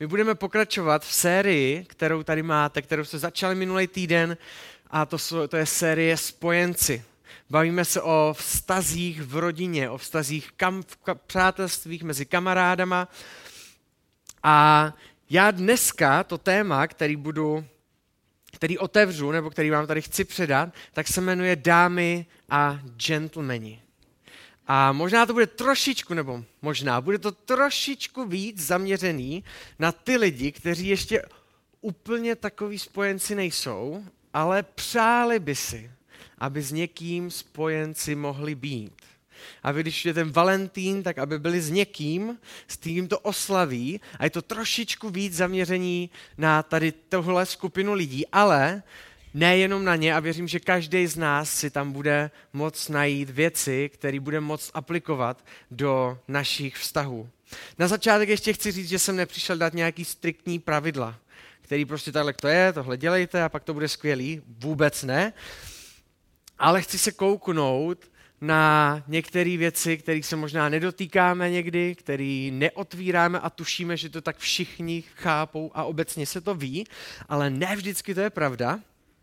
My budeme pokračovat v sérii, kterou tady máte, kterou jste začali minulý týden, a to je série Spojenci. Bavíme se o vztazích v rodině, o vztazích v přátelstvích mezi kamarádama. A já dneska to téma, který otevřu, nebo který vám tady chci předat, tak se jmenuje Dámy a gentlemani. A možná to bude bude to trošičku víc zaměřený na ty lidi, kteří ještě úplně takový spojenci nejsou, ale přáli by si, aby s někým spojenci mohli být. Aby když je ten Valentín, tak aby byli s někým, s kým to oslaví. A je to trošičku víc zaměření na tady tohle skupinu lidí, ale nejenom na ně, a věřím, že každý z nás si tam bude moct najít věci, které bude moct aplikovat do našich vztahů. Na začátek ještě chci říct, že jsem nepřišel dát nějaký striktní pravidla, který prostě takhle to je, tohle dělejte a pak to bude skvělý. Vůbec ne. Ale chci se kouknout na některé věci, kterých se možná nedotýkáme někdy, které neotvíráme a tušíme, že to tak všichni chápou a obecně se to ví, ale ne vždycky to je pravda.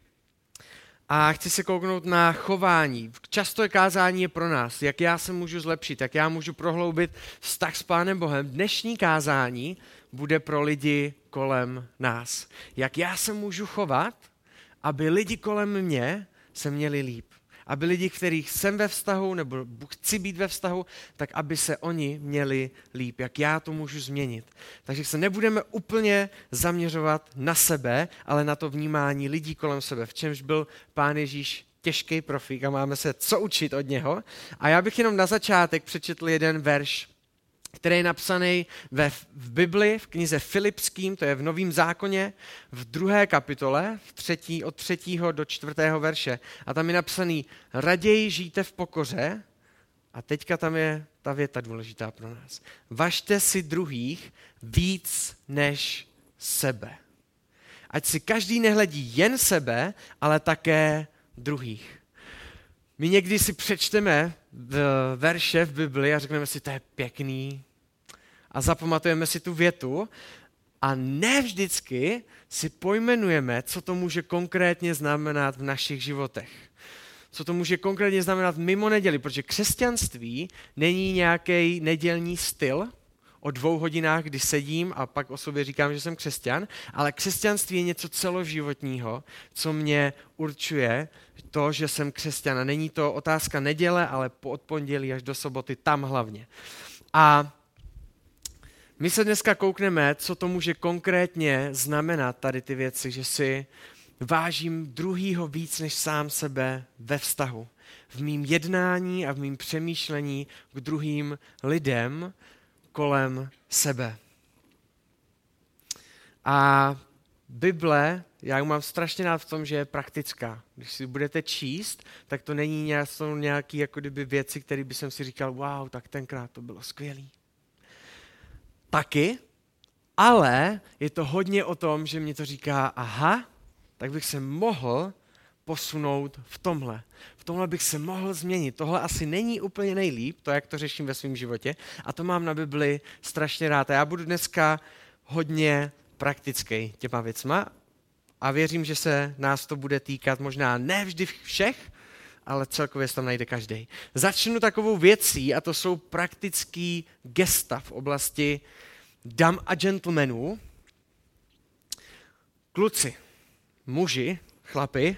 A chci se kouknout na chování. Často je kázání je pro nás, jak já se můžu zlepšit, jak já můžu prohloubit vztah s Pánem Bohem. Dnešní kázání bude pro lidi kolem nás. Jak já se můžu chovat, aby lidi kolem mě se měli líp. Aby lidi, kterých jsem ve vztahu nebo chci být ve vztahu, tak aby se oni měli líp. Jak já to můžu změnit. Takže se nebudeme úplně zaměřovat na sebe, ale na to vnímání lidí kolem sebe, v čemž byl Pán Ježíš těžký profík a máme se co učit od něho. A já bych jenom na začátek přečetl jeden verš, který je napsaný v Bibli, v knize Filipským, to je v Novém zákoně, v 2. kapitole, od 3. do 4. verše. A tam je napsaný: raději žijte v pokoře, a teďka tam je ta věta důležitá pro nás. Važte si druhých víc než sebe. Ať si každý nehledí jen sebe, ale také druhých. My někdy si přečteme verše v Bibli a řekneme si, to je pěkný, a zapamatujeme si tu větu a ne vždycky si pojmenujeme, co to může konkrétně znamenat v našich životech. Co to může konkrétně znamenat mimo neděli, protože křesťanství není nějaký nedělní styl o 2 hodinách, kdy sedím a pak o sobě říkám, že jsem křesťan, ale křesťanství je něco celoživotního, co mě určuje to, že jsem křesťan. A není to otázka neděle, ale od pondělí až do soboty, tam hlavně. A my se dneska koukneme, co to může konkrétně znamenat tady ty věci, že si vážím druhýho víc než sám sebe ve vztahu. V mým jednání a v mým přemýšlení k druhým lidem kolem sebe. A Bible, já ji mám strašně rád v tom, že je praktická. Když si budete číst, tak to není nějaké jako kdyby věci, které by jsem si říkal, wow, tak tenkrát to bylo skvělý. Taky, ale je to hodně o tom, že mě to říká, aha, tak bych se mohl posunout v tomhle. V tomhle bych se mohl změnit. Tohle asi není úplně nejlíp, to, jak to řeším ve svém životě, a to mám na Bibli strašně rád. A já budu dneska hodně praktický těma věcma a věřím, že se nás to bude týkat možná ne vždy všech, ale celkově se tam najde každý. Začnu takovou věcí a to jsou praktický gesta v oblasti dam a gentlemanů. Kluci, muži, chlapi,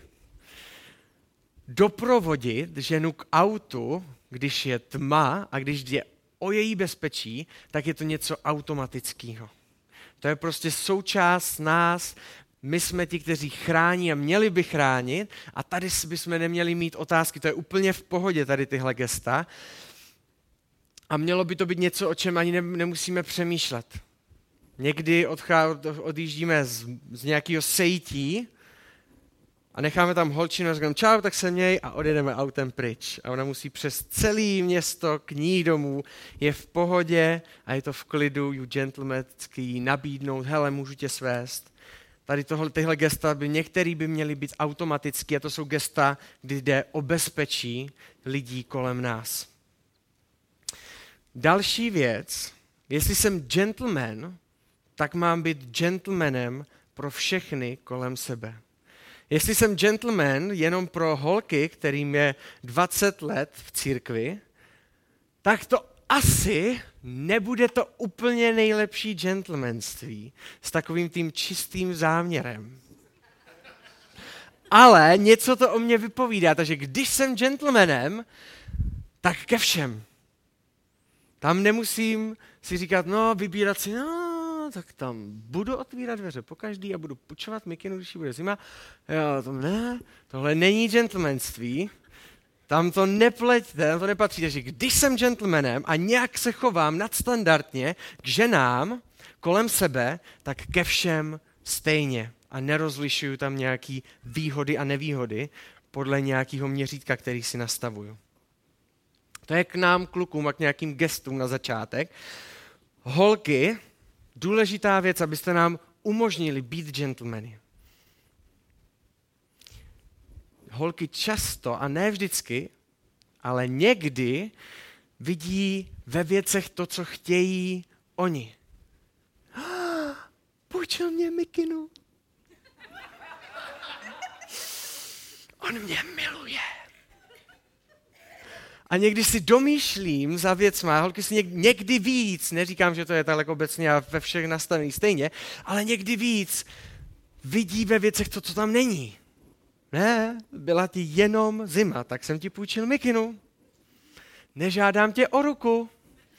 doprovodit ženu k autu, když je tma a když je o její bezpečí, tak je to něco automatického. To je prostě součást nás. My jsme ti, kteří chrání a měli by chránit a tady bychom neměli mít otázky. To je úplně v pohodě tady tyhle gesta. A mělo by to být něco, o čem ani nemusíme přemýšlet. Někdy odjíždíme z nějakého sejtí a necháme tam holčinu a říkáme čau, tak se měj a odjedeme autem pryč. A ona musí přes celé město k ní domů, je v pohodě a je to v klidu, you gentlemansky nabídnout, hele, můžu tě svést. Tady tyhle gesta některý by měly být automaticky a to jsou gesta, kdy jde o bezpečí lidí kolem nás. Další věc, jestli jsem gentleman, tak mám být gentlemanem pro všechny kolem sebe. Jestli jsem gentleman jenom pro holky, kterým je 20 let v církvi, tak to asi nebude to úplně nejlepší gentlemanství s takovým tím čistým záměrem. Ale něco to o mě vypovídá, takže když jsem gentlemanem, tak ke všem. Tam nemusím si říkat, vybírat si, tak tam budu otvírat dveře po každý a budu půjčovat mikinu, když bude zima. Jo, tohle není gentlemanství, tam to nepleťte, tam to nepatří. Takže když jsem gentlemanem a nějak se chovám nadstandardně k ženám kolem sebe, tak ke všem stejně. A nerozlišuju tam nějaký výhody a nevýhody podle nějakého měřítka, který si nastavuju. To je k nám, klukům, a k nějakým gestům na začátek. Holky, důležitá věc, abyste nám umožnili být gentlemany. Holky často, a ne vždycky, ale někdy vidí ve věcech to, co chtějí oni. Půjčil mě mikinu. On mě miluje. A někdy si domýšlím za věcma, holky si někdy víc, neříkám, že to je tak obecně a ve všech nastavený stejně, ale někdy víc vidí ve věcech to, co tam není. Ne, byla ti jenom zima, tak jsem ti půjčil mikinu. Nežádám tě o ruku.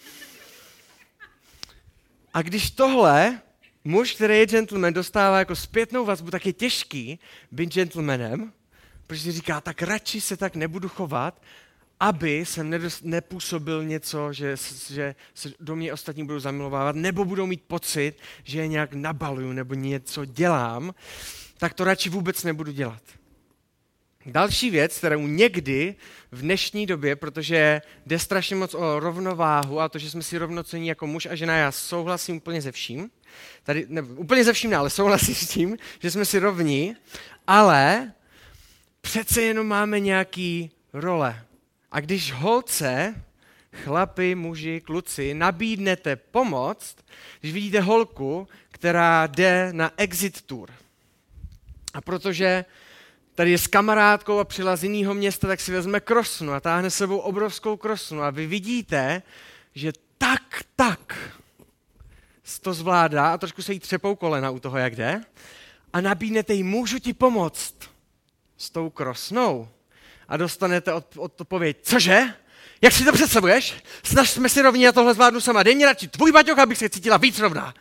A když tohle muž, který je gentleman, dostává jako zpětnou vazbu, tak je těžký být gentlemanem, protože si říká, tak radši se tak nebudu chovat, aby jsem nepůsobil něco, že se do mě ostatní budou zamilovávat, nebo budou mít pocit, že je nějak nabaluju, nebo něco dělám, tak to radši vůbec nebudu dělat. Další věc, kterou někdy v dnešní době, protože jde strašně moc o rovnováhu a to, že jsme si rovnocenní jako muž a žena, já souhlasím úplně se vším, úplně se vším ne, ale souhlasím s tím, že jsme si rovní, ale přece jenom máme nějaký role. A když holce, chlapi, muži, kluci, nabídnete pomoc, když vidíte holku, která jde na exit tour, a protože tady je s kamarádkou a přijela z jiného města, tak si vezme krosnu a táhne s sebou obrovskou krosnu a vy vidíte, že tak to zvládá a trošku se jí třepou kolena u toho, jak jde a nabídnete jí, můžu ti pomoct s tou krosnou a dostanete odpověď, cože? Jak si to představuješ? Snažme si rovně, já tohle zvládnu sama, dej mi radši tvůj baťoch, abych se cítila víc rovná.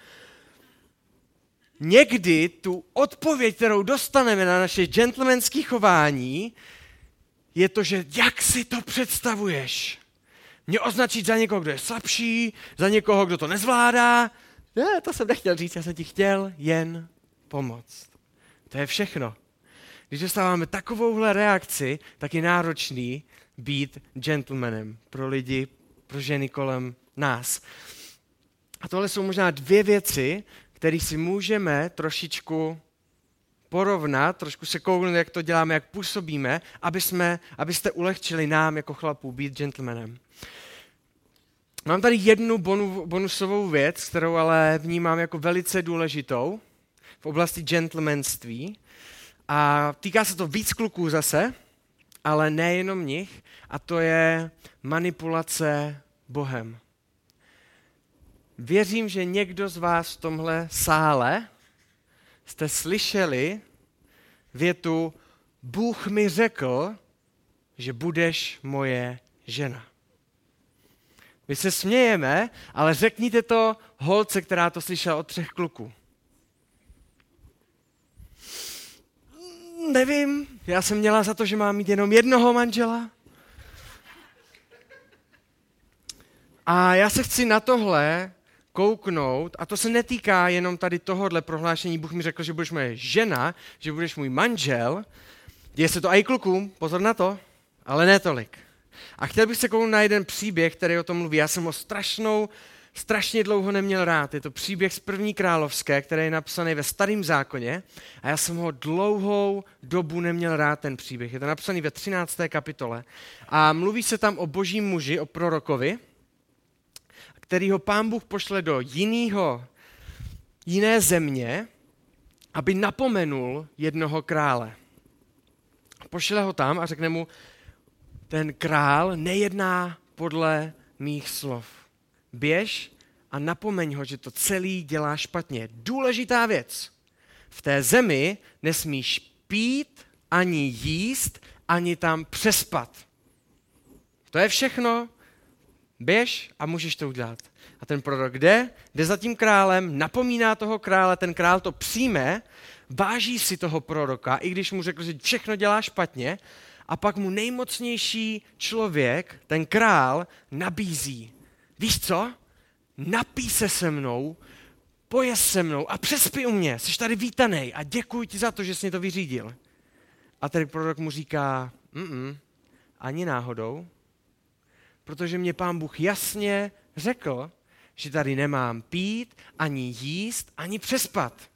Někdy tu odpověď, kterou dostaneme na naše gentlemanské chování, je to, že jak si to představuješ? Mě označit za někoho, kdo je slabší, za někoho, kdo to nezvládá. Ne, to jsem nechtěl říct, já jsem ti chtěl jen pomoct. To je všechno. Když dostáváme takovouhle reakci, tak je náročný být gentlemanem pro lidi, pro ženy kolem nás. A tohle jsou možná dvě věci, které si můžeme trošičku porovnat, trošku se kouknout, jak to děláme, jak působíme, abyste ulehčili nám jako chlapů být gentlemanem. Mám tady jednu bonusovou věc, kterou ale vnímám jako velice důležitou v oblasti gentlemanství. A týká se to víc kluků zase, ale nejenom nich, a to je manipulace Bohem. Věřím, že někdo z vás v tomhle sále jste slyšeli větu Bůh mi řekl, že budeš moje žena. My se smějeme, ale řekněte to holce, která to slyšela od 3 kluků. Nevím, já jsem měla za to, že mám mít jenom jednoho manžela. A já se chci na tohle kouknout, a to se netýká jenom tady tohohle prohlášení, Bůh mi řekl, že budeš moje žena, že budeš můj manžel. Děje se to i klukům, pozor na to, ale ne tolik. A chtěl bych se kouknout na jeden příběh, který o tom mluví. Já jsem ho strašně dlouho neměl rád. Je to příběh z 1. královské, který je napsaný ve Starém zákoně a já jsem ho dlouhou dobu neměl rád, ten příběh. Je to napsaný ve 13. kapitole a mluví se tam o božím muži, o prorokovi, kterýho Pán Bůh pošle do jiného jiné země, aby napomenul jednoho krále. Pošle ho tam a řekne mu, ten král nejedná podle mých slov. Běž a napomeň ho, že to celý dělá špatně. Důležitá věc. V té zemi nesmíš pít, ani jíst, ani tam přespat. To je všechno. Běž a můžeš to udělat. A ten prorok jde za tím králem, napomíná toho krále, ten král to přijme, váží si toho proroka, i když mu řekl, že všechno dělá špatně, a pak mu nejmocnější člověk, ten král, nabízí. Víš co? Napij se mnou, pojez se mnou a přespí u mě, jsi tady vítanej a děkuji ti za to, že jsi mě to vyřídil. A ten prorok mu říká, ani náhodou, protože mě Pán Bůh jasně řekl, že tady nemám pít, ani jíst, ani přespat.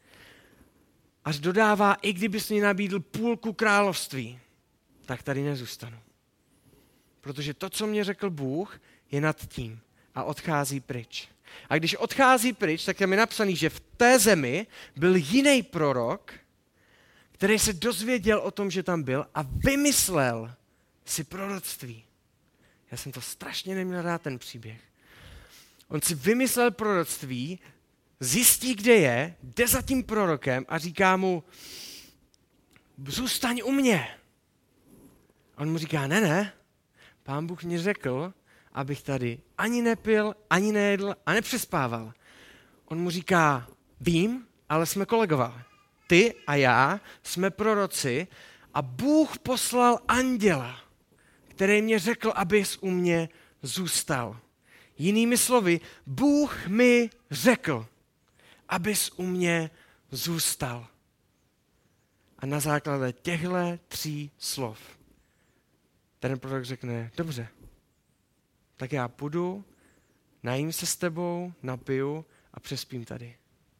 Až dodává, i kdybys mě nabídl půlku království, tak tady nezůstanu. Protože to, co mě řekl Bůh, je nad tím a odchází pryč. A když odchází pryč, tak tam je napsaný, že v té zemi byl jiný prorok, který se dozvěděl o tom, že tam byl a vymyslel si proroctví. Já jsem to strašně neměl rád, ten příběh. On si vymyslel proroctví, zjistí, kde je, jde za tím prorokem a říká mu, zůstaň u mě. A on mu říká, ne, Pán Bůh mě řekl, abych tady ani nepil, ani nejedl a nepřespával. On mu říká, vím, ale jsme kolegové. Ty a já jsme proroci a Bůh poslal anděla, který mě řekl, abys u mě zůstal. Jinými slovy, Bůh mi řekl, abys u mě zůstal. A na základě těchto 3 slov ten prorok řekne, dobře, tak já půjdu, najím se s tebou, napiju a přespím tady.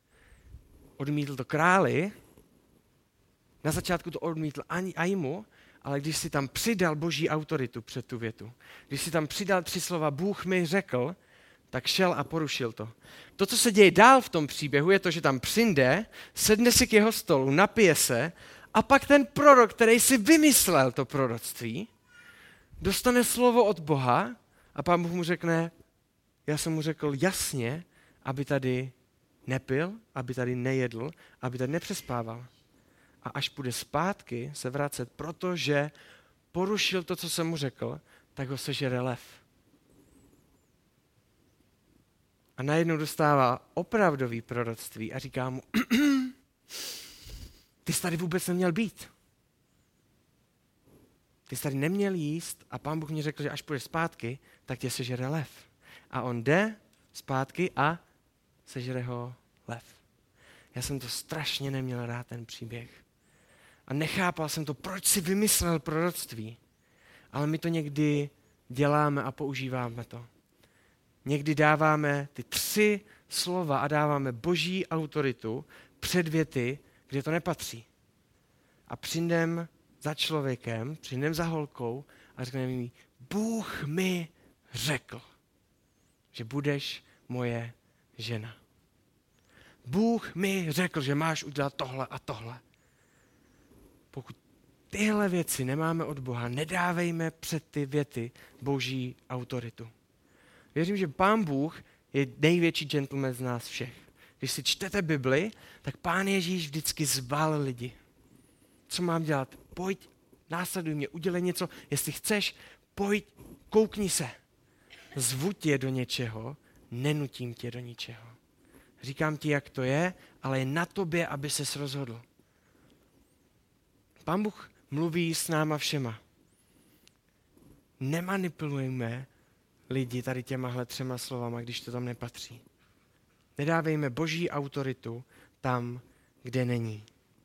Odmítl to králi, na začátku to odmítl ani mu, ale když si tam přidal boží autoritu před tu větu, když si tam přidal 3 slova Bůh mi řekl, tak šel a porušil to. To, co se děje dál v tom příběhu, je to, že tam přijde, sedne si k jeho stolu, napije se a pak ten prorok, který si vymyslel to proroctví, dostane slovo od Boha a Pán Bůh mu řekne, já jsem mu řekl jasně, aby tady nepil, aby tady nejedl, aby tady nepřespával. A až půjde zpátky se vracet, protože porušil to, co jsem mu řekl, tak ho sežere lev. A najednou dostává opravdový proroctví a říká mu, ty jsi tady vůbec neměl být. Ty jsi tady neměl jíst a Pán Bůh mi řekl, že až půjdeš zpátky, tak tě sežere lev. A on jde zpátky a sežere ho lev. Já jsem to strašně neměl rád, ten příběh. A nechápal jsem to, proč si vymyslel proroctví. Ale my to někdy děláme a používáme to. Někdy dáváme ty 3 slova a dáváme boží autoritu před věty, kde to nepatří. A přijdem za člověkem, přijdem za holkou a řekneme mi, Bůh mi řekl, že budeš moje žena. Bůh mi řekl, že máš udělat tohle a tohle. Pokud tyhle věci nemáme od Boha, nedávejme před ty věty boží autoritu. Věřím, že Pán Bůh je největší gentleman z nás všech. Když si čtete Bibli, tak Pán Ježíš vždycky zval lidi. Co mám dělat? Pojď, následuj mě, udělej něco. Jestli chceš, pojď, koukni se. Zvu tě do něčeho, nenutím tě do ničeho. Říkám ti, jak to je, ale je na tobě, aby ses rozhodl. Pán Bůh mluví s náma všema. Nemanipulujme lidi tady těmahle 3 slovama, když to tam nepatří. Nedávejme boží autoritu tam, kde není.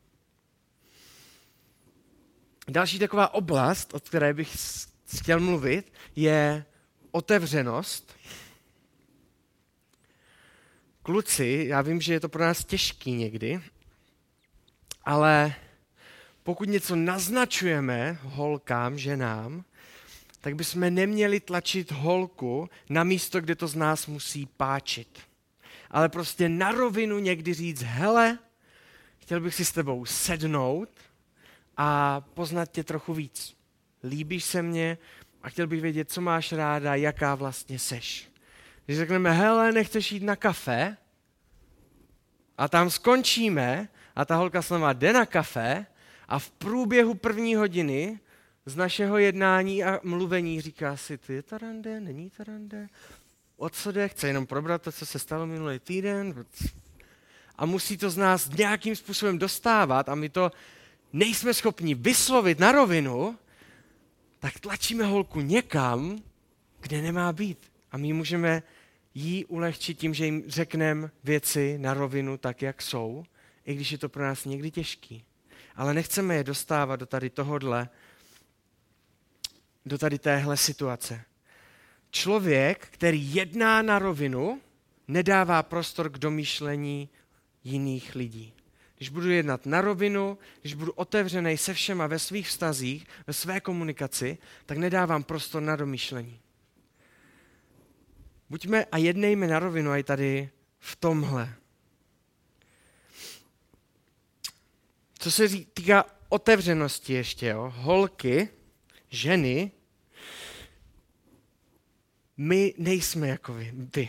Další taková oblast, o které bych chtěl mluvit, je otevřenost. Kluci, já vím, že je to pro nás těžký někdy, ale pokud něco naznačujeme holkám, ženám, tak bychom neměli tlačit holku na místo, kde to z nás musí páčit. ale prostě na rovinu někdy říct, hele, chtěl bych si s tebou sednout a poznat tě trochu víc. Líbíš se mně a chtěl bych vědět, co máš ráda, jaká vlastně seš. Když řekneme, hele, nechceš jít na kafe a tam skončíme a ta holka s náma jde na kafe a v průběhu 1. hodiny z našeho jednání a mluvení říká si, ty je to rande, není to rande, o co jde, chce jenom probrat to, co se stalo minulý týden a musí to z nás nějakým způsobem dostávat a my to nejsme schopni vyslovit na rovinu, tak tlačíme holku někam, kde nemá být. A my můžeme jí ulehčit tím, že jim řekneme věci na rovinu tak, jak jsou, i když je to pro nás někdy těžký. Ale nechceme je dostávat do tady téhle situace. Člověk, který jedná na rovinu, nedává prostor k domýšlení jiných lidí. Když budu jednat na rovinu, když budu otevřený se všema ve svých vztazích, ve své komunikaci, tak nedávám prostor na domýšlení. Buďme a jednejme na rovinu a i tady v tomhle. Co se týká otevřenosti ještě, holky, ženy, my nejsme jako vy.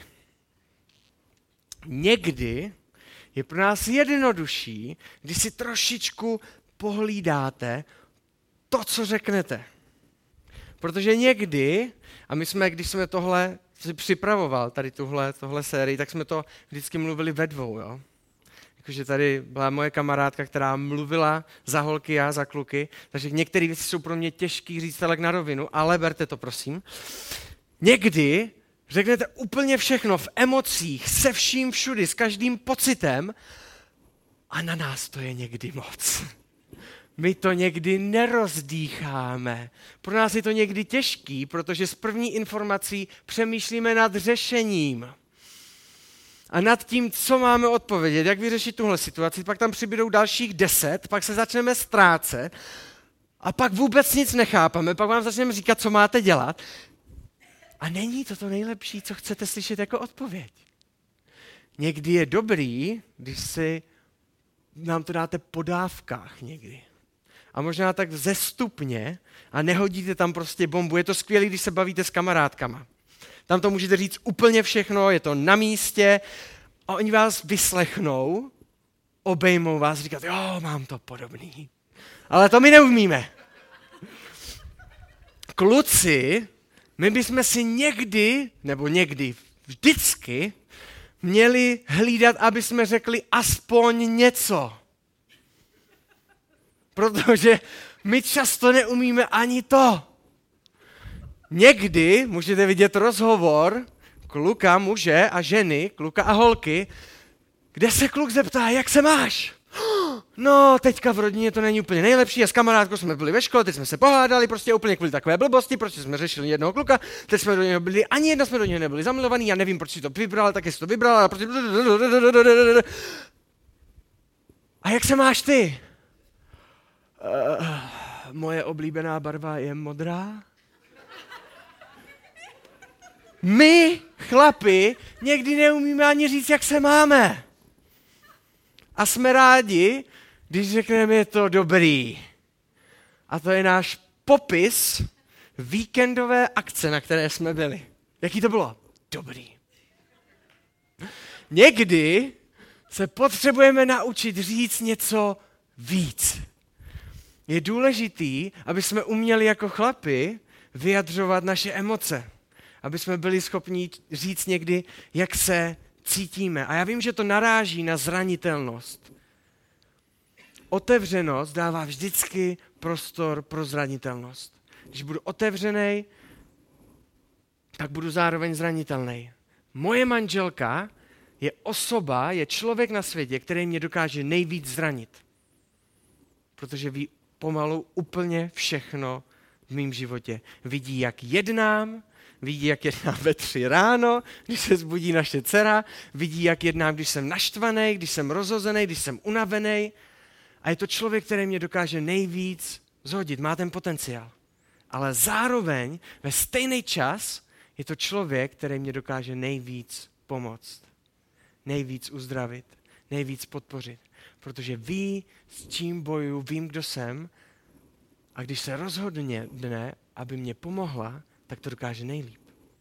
Někdy je pro nás jednodušší, když si trošičku pohlídáte to, co řeknete. Protože někdy, a my jsme, když jsme tohle si připravoval, tady tohle sérii, tak jsme to vždycky mluvili ve dvou, jo. Jakože tady byla moje kamarádka, která mluvila za holky, já za kluky, takže některé věci jsou pro mě těžké říct tak na rovinu, ale berte to prosím. Někdy řeknete úplně všechno v emocích, se vším všudy, s každým pocitem a na nás to je někdy moc. My to někdy nerozdýcháme. Pro nás je to někdy těžký, protože z první informací přemýšlíme nad řešením. A nad tím, co máme odpovědět, jak vyřešit tuhle situaci, pak tam přibydou dalších 10, pak se začneme ztrácet a pak vůbec nic nechápeme, pak vám začneme říkat, co máte dělat. A není to nejlepší, co chcete slyšet jako odpověď. Někdy je dobrý, když si nám to dáte po dávkách někdy. A možná tak zestupně a nehodíte tam prostě bombu. Je to skvělé, když se bavíte s kamarádkama. Tam to můžete říct úplně všechno, je to na místě a oni vás vyslechnou, obejmou vás, říkat, jo, mám to podobný. Ale to my neumíme. Kluci, my bychom si někdy, vždycky měli hlídat, aby jsme řekli aspoň něco. Protože my často neumíme ani to. Někdy můžete vidět rozhovor kluka, muže a ženy, kluka a holky, kde se kluk zeptá, jak se máš? No, teďka v rodině to není úplně nejlepší a s kamarádkou jsme byli ve škole, teď jsme se pohádali, prostě úplně kvůli takové blbosti, prostě jsme řešili jednoho kluka, teď jsme do něho byli, ani jedna jsme do něho nebyli zamilovaný, já nevím, proč si to vybral, tak jsi to vybral, ale prostě... A jak se máš ty? Moje oblíbená barva je modrá. My, chlapi, někdy neumíme ani říct, jak se máme. A jsme rádi, když řekneme, je to dobrý. A to je náš popis víkendové akce, na které jsme byli. Jaký to bylo? Dobrý. Někdy se potřebujeme naučit říct něco víc. Je důležitý, aby jsme uměli jako chlapi vyjadřovat naše emoce. Aby jsme byli schopni říct někdy, jak se cítíme. A já vím, že to naráží na zranitelnost. Otevřenost dává vždycky prostor pro zranitelnost. Když budu otevřený, tak budu zároveň zranitelný. Moje manželka je člověk na světě, který mě dokáže nejvíc zranit. Protože ví pomalu úplně všechno v mém životě. Vidí, jak jednám, vidí, jak jednám ve 3 ráno, když se zbudí naše dcera, vidí, jak jednám, když jsem naštvaný, když jsem rozhozený, když jsem unavený. A je to člověk, který mě dokáže nejvíc zhodit, má ten potenciál. Ale zároveň ve stejný čas je to člověk, který mě dokáže nejvíc pomoct. nejvíc uzdravit, nejvíc podpořit. Protože ví, s čím bojuju, vím, kdo jsem a když se rozhodne, aby mě pomohla, tak to dokáže nejlíp.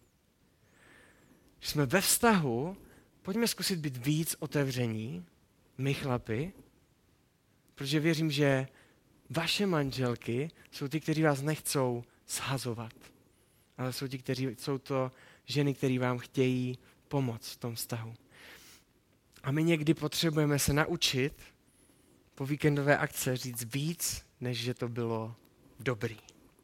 Když jsme ve vztahu, pojďme zkusit být víc otevření, my chlapi, protože věřím, že vaše manželky jsou ty, kteří vás nechcou shazovat, ale jsou to ženy, které vám chtějí pomoct v tom vztahu. A my někdy potřebujeme se naučit po víkendové akce říct víc, než že to bylo dobrý.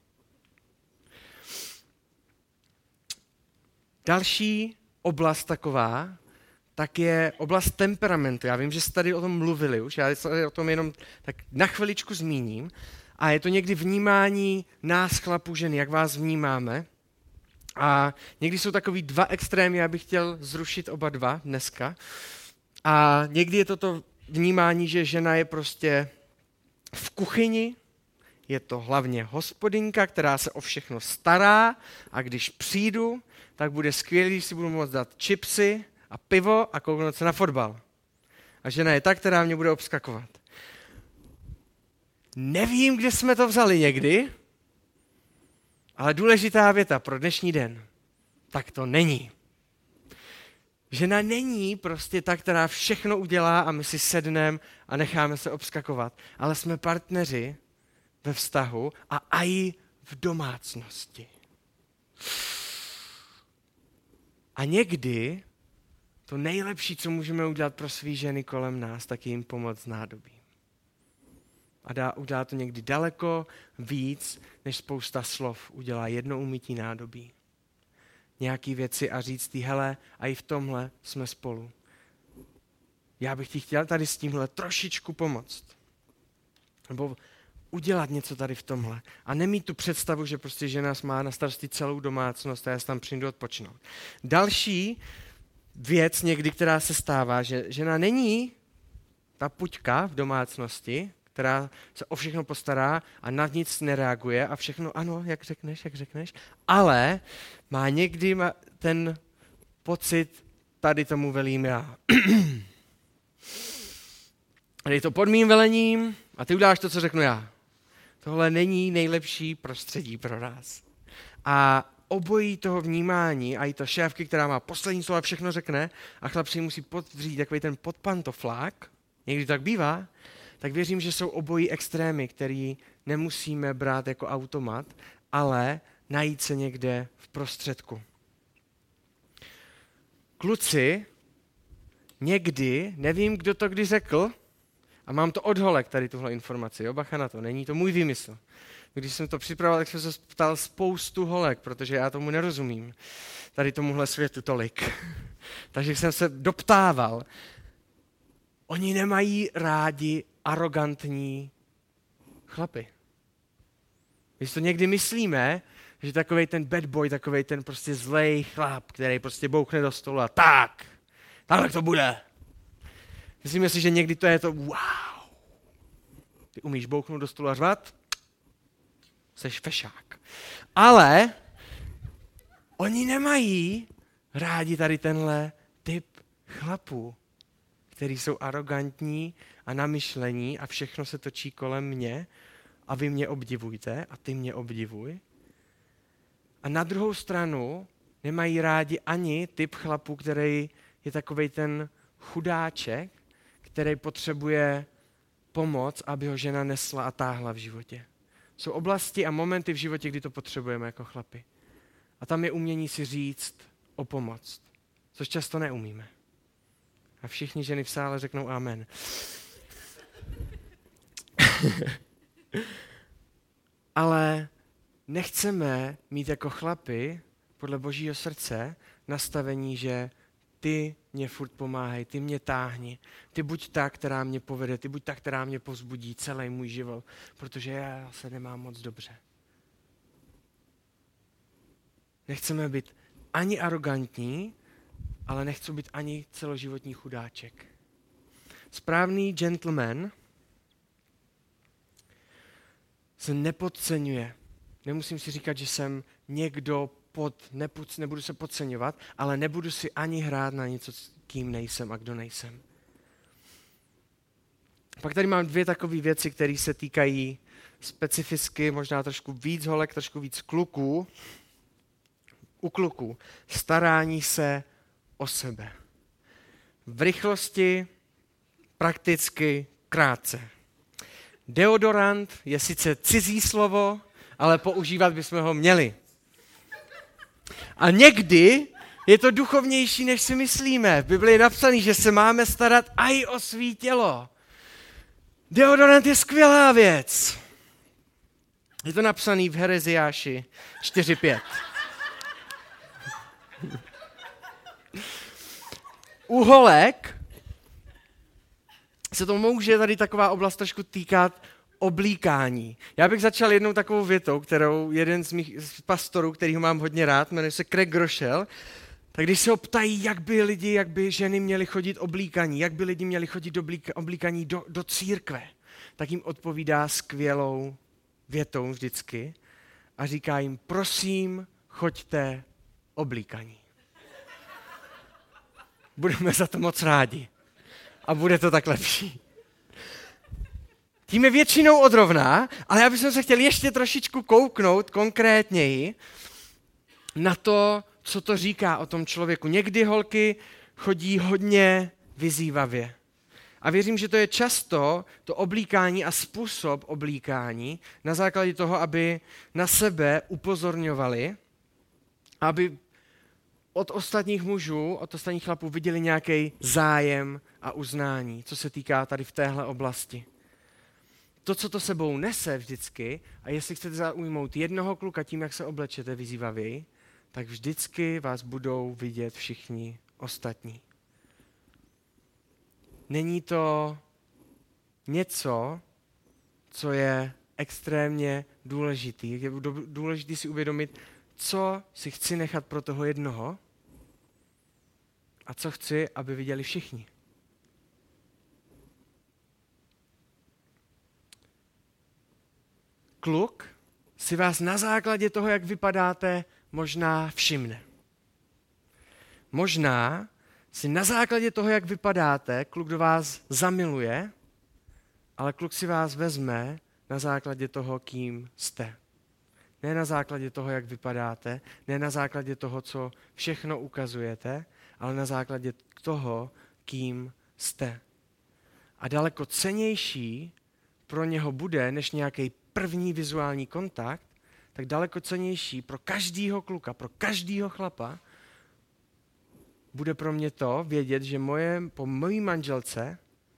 Další oblast taková, tak je oblast temperamentu. Já vím, že jste tady o tom mluvili už, já se o tom jenom tak na chviličku zmíním. A je to někdy vnímání nás, chlapů, ženy, jak vás vnímáme. A někdy jsou takový dva extrémy, já bych chtěl zrušit oba dva dneska. A někdy je to vnímání, že žena je prostě v kuchyni, je to hlavně hospodinka, která se o všechno stará a když přijdu, tak bude skvělý, když si budu moct dát chipsy a pivo a kouknout se na fotbal. A žena je ta, která mě bude obskakovat. Nevím, kde jsme to vzali někdy, ale důležitá věta pro dnešní den. Tak to není. Žena není prostě ta, která všechno udělá a my si sedneme a necháme se obskakovat, ale jsme partneři ve vztahu a i v domácnosti. A někdy to nejlepší, co můžeme udělat pro svý ženy kolem nás, tak je jim pomoct s nádobím. A udělá to někdy daleko víc, než spousta slov udělá jedno umytí nádobí. Nějaký věci a říct jí, hele, a i v tomhle jsme spolu. Já bych ti chtěl tady s tímhle trošičku pomoct. Nebo udělat něco tady v tomhle. A nemít tu představu, že prostě žena má na starosti celou domácnost a já se tam přijdu odpočnout. Další věc někdy, která se stává, že žena není ta puťka v domácnosti, která se o všechno postará a na nic nereaguje a všechno, ano, jak řekneš, ale má někdy ten pocit, tady tomu velím já. Dej to pod mým velením a ty uděláš to, co řeknu já. Tohle není nejlepší prostředí pro nás. A obojí toho vnímání, a i ta šéfky, která má poslední slovo, všechno řekne a chlap si musí podřídit takový ten podpantoflák, někdy tak bývá, tak věřím, že jsou obojí extrémy, který nemusíme brát jako automat, ale najít se někde v prostředku. Kluci, někdy, nevím, kdo to kdy řekl, a mám to od holek, tady tuhle informaci, jo, bacha na to, není to můj výmysl. Když jsem to připravoval, tak jsem se ptal spoustu holek, protože já tomu nerozumím, tady tomuhle světu tolik. Takže jsem se doptával. Oni nemají rádi arrogantní chlapy. My si to někdy myslíme, že takovej ten bad boy, takovej ten prostě zlej chlap, který prostě bouchne do stolu a tak, takhle to bude. Myslíme si, že někdy to je to wow. Ty umíš bouchnout do stolu a řvat? Seš fešák. Ale oni nemají rádi tady tenhle typ chlapů, který jsou arrogantní a namyšlení a všechno se točí kolem mě a vy mě obdivujte a ty mě obdivuj. A na druhou stranu nemají rádi ani typ chlapu, který je takovej ten chudáček, který potřebuje pomoc, aby ho žena nesla a táhla v životě. Jsou oblasti a momenty v životě, kdy to potřebujeme jako chlapi. A tam je umění si říct o pomoc, což často neumíme. A všichni ženy v sále řeknou amen. Ale nechceme mít jako chlapi podle Božího srdce nastavení, že ty mě furt pomáhej, ty mě táhni, ty buď ta, která mě povede, ty buď ta, která mě povzbudí celý můj život, protože já se nemám moc dobře. Nechceme být ani arrogantní, ale nechci být ani celoživotní chudáček. Správný gentleman se nepodceňuje. Nemusím si říkat, že jsem někdo nebudu se podceňovat, ale nebudu si ani hrát na něco, kým nejsem a kdo nejsem. Pak tady mám 2 takové věci, které se týkají specificky, možná trošku víc holek, trošku víc kluků. U kluků starání se o sebe. V rychlosti, prakticky, krátce. Deodorant je sice cizí slovo, ale používat bychom ho měli. A někdy je to duchovnější, než si myslíme. V Biblii je napsané, že se máme starat i o svý tělo. Deodorant je skvělá věc. Je to napsané v Hereziáši 4:5. U holek se to může tady taková oblast trošku týkat oblíkání. Já bych začal jednou takovou větou, kterou jeden z mých pastorů, kterýho mám hodně rád, jmenuje se Craig Groeschel, tak když se ho ptají, jak by ženy měly chodit oblíkaní, jak by lidi měli chodit oblíkaní do církve, tak jim odpovídá skvělou větou vždycky a říká jim, prosím, choďte oblíkaní. Budeme za to moc rádi. A bude to tak lepší. Tím je většinou odrovná, ale já bych se chtěl ještě trošičku kouknout konkrétněji na to, co to říká o tom člověku. Někdy holky chodí hodně vyzývavě. A věřím, že to je často to oblíkání a způsob oblíkání na základě toho, aby na sebe upozorňovali, aby od ostatních mužů, od ostatních chlapů viděli nějaký zájem a uznání, co se týká tady v téhle oblasti. To, co to sebou nese vždycky, a jestli chcete zaujmout jednoho kluka tím, jak se oblečete vyzývavěji, tak vždycky vás budou vidět všichni ostatní. Není to něco, co je extrémně důležitý. Je důležité si uvědomit, co si chci nechat pro toho jednoho a co chci, aby viděli všichni. Kluk si vás na základě toho, jak vypadáte, možná všimne. Možná si na základě toho, jak vypadáte, kluk do vás zamiluje, ale kluk si vás vezme na základě toho, kým jste. Ne na základě toho, jak vypadáte, ne na základě toho, co všechno ukazujete, ale na základě toho, kým jste. A daleko cennější pro něho bude, než nějaký první vizuální kontakt, tak daleko cennější pro každýho kluka, pro každýho chlapa, bude pro mě to vědět, že po mojí manželce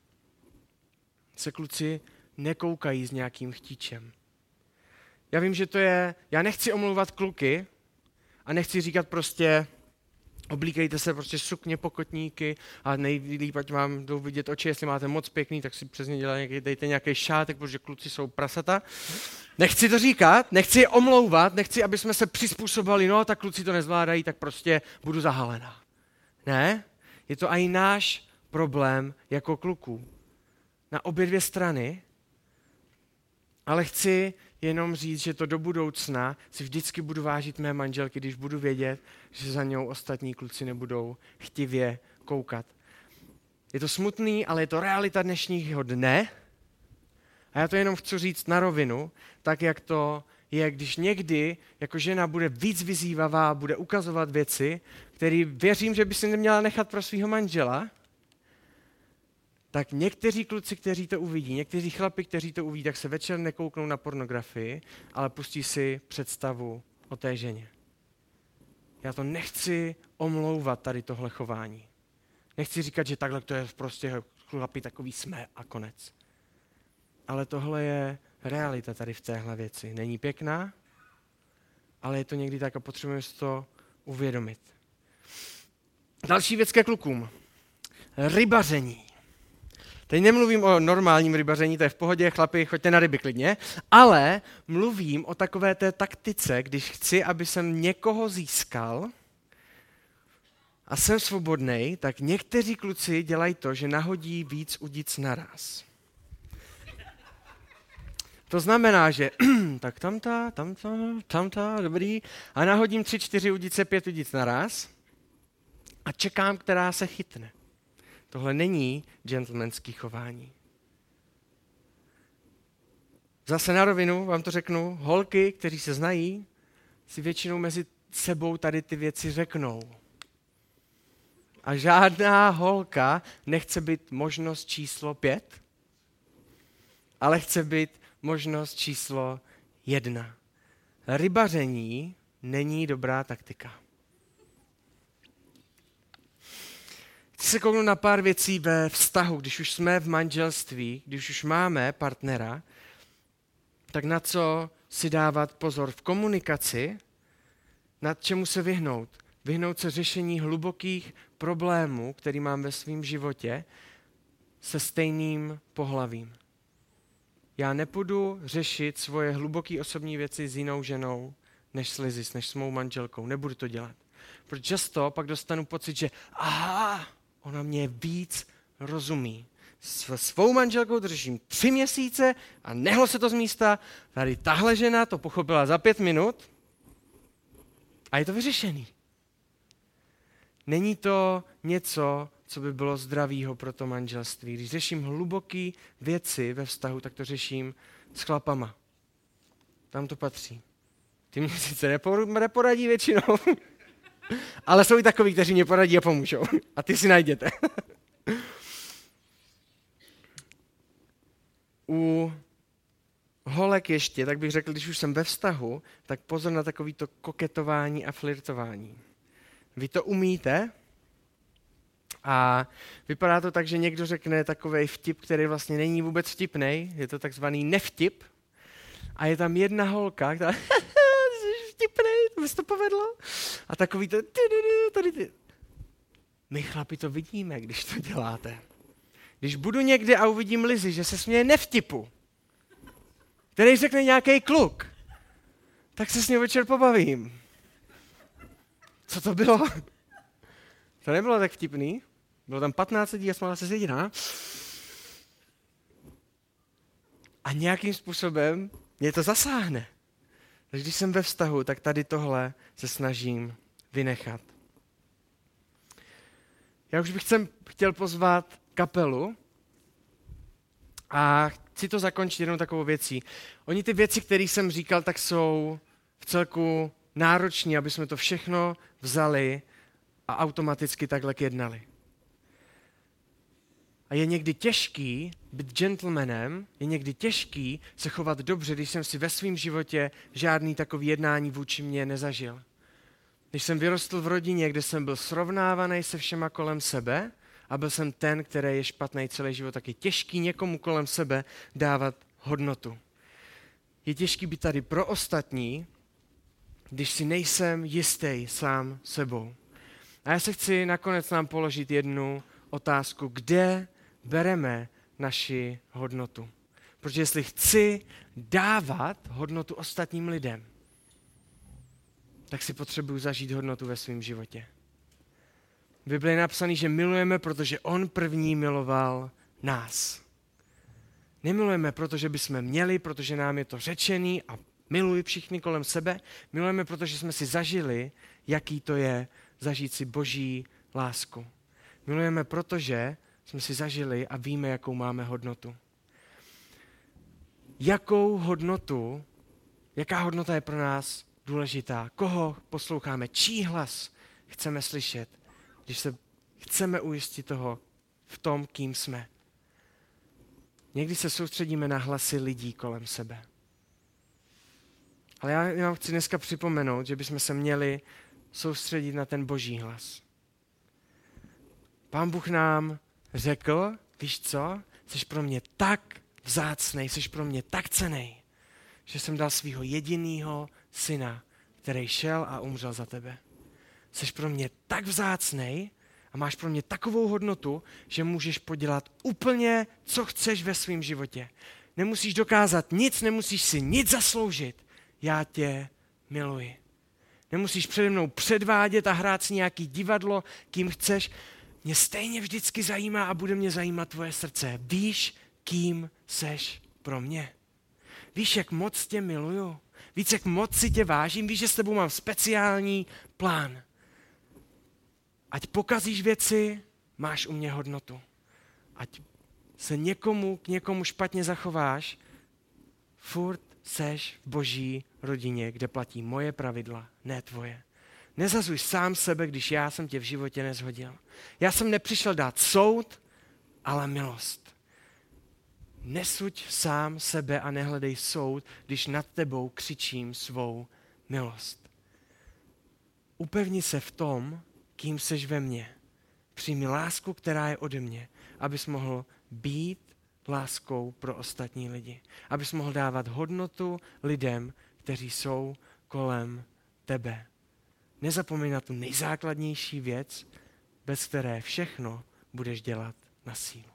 se kluci nekoukají s nějakým chtíčem. Já vím, že to je, já nechci omlouvat kluky a nechci říkat prostě, oblíkejte se prostě sukně, pokotníky a nejlíp, ať vám jdou vidět oči, jestli máte moc pěkný, tak si přesně dejte nějaký šátek, protože kluci jsou prasata. Nechci to říkat, nechci je omlouvat, nechci, aby jsme se přizpůsobili, no tak kluci to nezvládají, tak prostě budu zahalená. Ne, je to i náš problém jako kluků. Na obě 2 strany, ale chci jenom říct, že to do budoucna si vždycky budu vážit mé manželky, když budu vědět, že za ňou ostatní kluci nebudou chtivě koukat. Je to smutný, ale je to realita dnešního dne. A já to jenom chci říct na rovinu, tak jak to je, když někdy jako žena bude víc vyzývavá, bude ukazovat věci, které věřím, že by si neměla nechat pro svého manžela, tak někteří kluci, kteří to uvidí, někteří chlapi, kteří to uvidí, tak se večer nekouknou na pornografii, ale pustí si představu o té ženě. Já to nechci omlouvat tady tohle chování. Nechci říkat, že takhle to je prostě chlapi takový jsme a konec. Ale tohle je realita tady v téhle věci. Není pěkná, ale je to někdy tak a potřebujeme si to uvědomit. Další věc ke klukům. Rybaření. Teď nemluvím o normálním rybaření, to je v pohodě, chlapi, choďte na ryby klidně, ale mluvím o takové té taktice, když chci, aby jsem někoho získal a jsem svobodnej, tak někteří kluci dělají to, že nahodí víc udic naraz. To znamená, že tak tamta, dobrý, a nahodím 3, 4 udice, 5 udic naraz a čekám, která se chytne. Tohle není gentlemanský chování. Zase na rovinu vám to řeknu, holky, kteří se znají, si většinou mezi sebou tady ty věci řeknou. A žádná holka nechce být možnost číslo 5, ale chce být možnost číslo 1. Rybaření není dobrá taktika. Chci se kouknout na pár věcí ve vztahu, když už jsme v manželství, když už máme partnera, tak na co si dávat pozor v komunikaci, nad čemu se vyhnout. Vyhnout se řešení hlubokých problémů, který mám ve svém životě, se stejným pohlavím. Já nepůjdu řešit svoje hluboké osobní věci s jinou ženou, než s Lizzy, než s mou manželkou. Nebudu to dělat. Protože často pak dostanu pocit, že ona mě víc rozumí. S svou manželkou to řeším 3 měsíce a nehlo se to z místa. Tady tahle žena to pochopila za 5 minut a je to vyřešený. Není to něco, co by bylo zdravýho pro to manželství. Když řeším hluboké věci ve vztahu, tak to řeším s chlapama. Tam to patří. Ty mě sice neporadí většinou, ale jsou i takoví, kteří mě poradí a pomůžou. A ty si najděte. U holek ještě, tak bych řekl, když už jsem ve vztahu, tak pozor na takovýto koketování a flirtování. Vy to umíte a vypadá to tak, že někdo řekne takovej vtip, který vlastně není vůbec vtipnej, je to takzvaný nevtip a je tam jedna holka, která jsi vtipnej, to by se to povedlo a takový to tady. My chlapi to vidíme, když to děláte. Když budu někde a uvidím Lizzy, že se směje nevtipu, který řekne nějaký kluk, tak se s ním večer pobavím. Co to bylo? To nebylo tak vtipný. Bylo tam 15 lidí a smála se jediná. A nějakým způsobem mě to zasáhne. Takže když jsem ve vztahu, tak tady tohle se snažím vynechat. Já už bych chtěl pozvat kapelu a chci to zakončit jednou takovou věcí. Oni ty věci, které jsem říkal, tak jsou v celku náročné, aby jsme to všechno vzali a automaticky takhle jednali. A je někdy těžký být gentlemanem, je někdy těžký se chovat dobře, když jsem si ve svém životě žádný takový jednání vůči mně nezažil. Když jsem vyrostl v rodině, kde jsem byl srovnávaný se všema kolem sebe a byl jsem ten, který je špatný celý život, tak je těžký někomu kolem sebe dávat hodnotu. Je těžký být tady pro ostatní, když si nejsem jistý sám sebou. A já se chci nakonec nám položit jednu otázku. Kde bereme naši hodnotu? Protože jestli chci dávat hodnotu ostatním lidem, tak si potřebuji zažít hodnotu ve svém životě. V Bibli je napsaný, že milujeme, protože on první miloval nás. Nemilujeme, protože bychom měli, protože nám je to řečený a miluji všichni kolem sebe. Milujeme, protože jsme si zažili, jaký to je zažít si Boží lásku. Milujeme, protože jsme si zažili a víme, jakou máme hodnotu. Jaká hodnota je pro nás důležitá? Koho posloucháme? Čí hlas chceme slyšet, když se chceme ujistit toho v tom, kým jsme? Někdy se soustředíme na hlasy lidí kolem sebe. Ale já vám chci dneska připomenout, že bychom se měli soustředit na ten Boží hlas. Pán Bůh nám řekl, víš co, jsi pro mě tak vzácnej, jsi pro mě tak cennej, že jsem dal svého jedinýho syna, který šel a umřel za tebe. Jsi pro mě tak vzácnej a máš pro mě takovou hodnotu, že můžeš podělat úplně, co chceš ve svém životě. Nemusíš dokázat nic, nemusíš si nic zasloužit. Já tě miluji. Nemusíš přede mnou předvádět a hrát si nějaký divadlo, kým chceš. Mě stejně vždycky zajímá a bude mě zajímat tvoje srdce. Víš, kým seš pro mě. Víš, jak moc tě miluju. Víš, jak moc si tě vážím. Víš, že s tebou mám speciální plán. Ať pokazíš věci, máš u mě hodnotu. Ať se k někomu špatně zachováš, furt seš v boží rodině, kde platí moje pravidla, ne tvoje. Nezazuj sám sebe, když já jsem tě v životě nezhodil. Já jsem nepřišel dát soud, ale milost. Nesuď sám sebe a nehledej soud, když nad tebou křičím svou milost. Upevni se v tom, kým seš ve mně. Přijmi lásku, která je ode mě, abys mohl být láskou pro ostatní lidi. Abys mohl dávat hodnotu lidem, kteří jsou kolem tebe. Nezapomeň na tu nejzákladnější věc, bez které všechno budeš dělat na sílu.